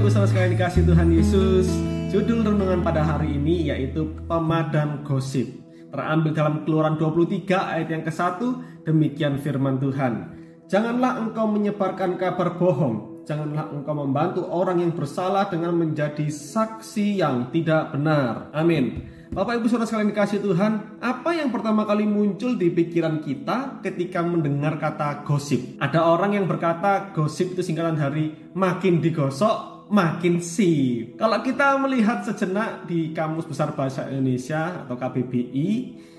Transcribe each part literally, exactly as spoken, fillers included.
Ibu saudara sekalian dikasih Tuhan Yesus, judul renungan pada hari ini yaitu pemadam gosip. Terambil dalam Keluaran dua puluh tiga ayat yang ke satu, demikian firman Tuhan. Janganlah engkau menyebarkan kabar bohong, janganlah engkau membantu orang yang bersalah dengan menjadi saksi yang tidak benar. Amin. Bapak Ibu saudara sekalian dikasih Tuhan, apa yang pertama kali muncul di pikiran kita ketika mendengar kata gosip? Ada orang yang berkata gosip itu singkatan dari makin digosok makin sip. Kalau kita melihat sejenak di Kamus Besar Bahasa Indonesia atau K B B I,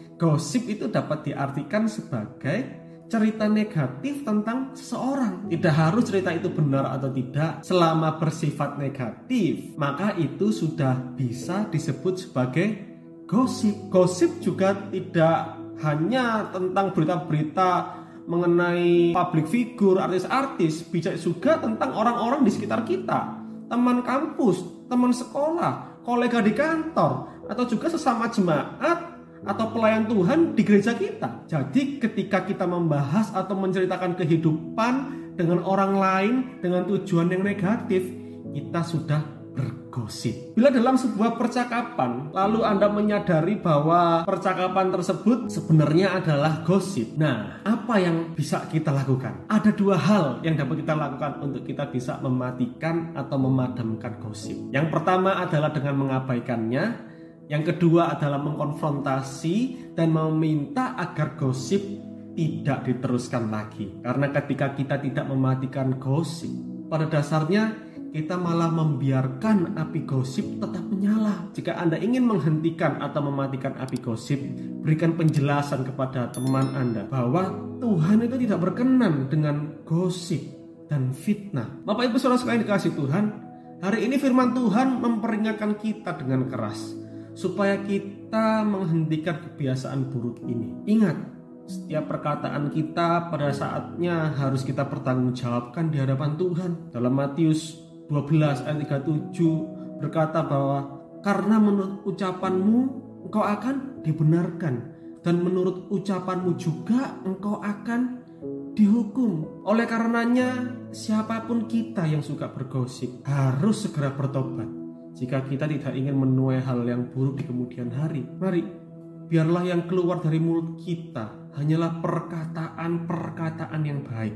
gosip itu dapat diartikan sebagai cerita negatif tentang seseorang. Tidak harus cerita itu benar atau tidak, selama bersifat negatif, maka itu sudah bisa disebut sebagai gosip. Gosip juga tidak hanya tentang berita-berita mengenai public figure, artis-artis, bisa juga tentang orang-orang di sekitar kita, teman kampus, teman sekolah, kolega di kantor, atau juga sesama jemaat atau pelayan Tuhan di gereja kita. Jadi ketika kita membahas atau menceritakan kehidupan dengan orang lain dengan tujuan yang negatif, kita sudah bergosip. Bila dalam sebuah percakapan lalu Anda menyadari bahwa percakapan tersebut sebenarnya adalah gosip, nah apa yang bisa kita lakukan? Ada dua hal yang dapat kita lakukan untuk kita bisa mematikan atau memadamkan gosip. Yang pertama adalah dengan mengabaikannya. Yang kedua adalah mengkonfrontasi dan meminta agar gosip tidak diteruskan lagi. Karena ketika kita tidak mematikan gosip, pada dasarnya kita malah membiarkan api gosip tetap menyala. Jika Anda ingin menghentikan atau mematikan api gosip, berikan penjelasan kepada teman Anda bahwa Tuhan itu tidak berkenan dengan gosip dan fitnah. Bapak Ibu saudara sekalian dikasih Tuhan, hari ini firman Tuhan memperingatkan kita dengan keras supaya kita menghentikan kebiasaan buruk ini. Ingat, setiap perkataan kita pada saatnya harus kita pertanggungjawabkan di hadapan Tuhan. Dalam Matius dua belas ayat tiga puluh tujuh berkata bahwa karena menurut ucapanmu engkau akan dibenarkan, dan menurut ucapanmu juga engkau akan dihukum. Oleh karenanya siapapun kita yang suka bergosip harus segera bertobat jika kita tidak ingin menuai hal yang buruk di kemudian hari. Mari, biarlah yang keluar dari mulut kita hanyalah perkataan-perkataan yang baik,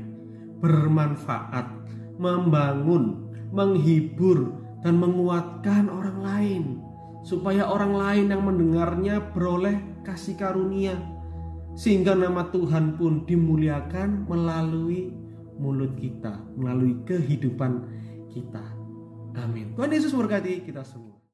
bermanfaat, membangun, menghibur, dan menguatkan orang lain, supaya orang lain yang mendengarnya beroleh kasih karunia, sehingga nama Tuhan pun dimuliakan melalui mulut kita, melalui kehidupan kita. Amin. Tuhan Yesus memberkati kita semua.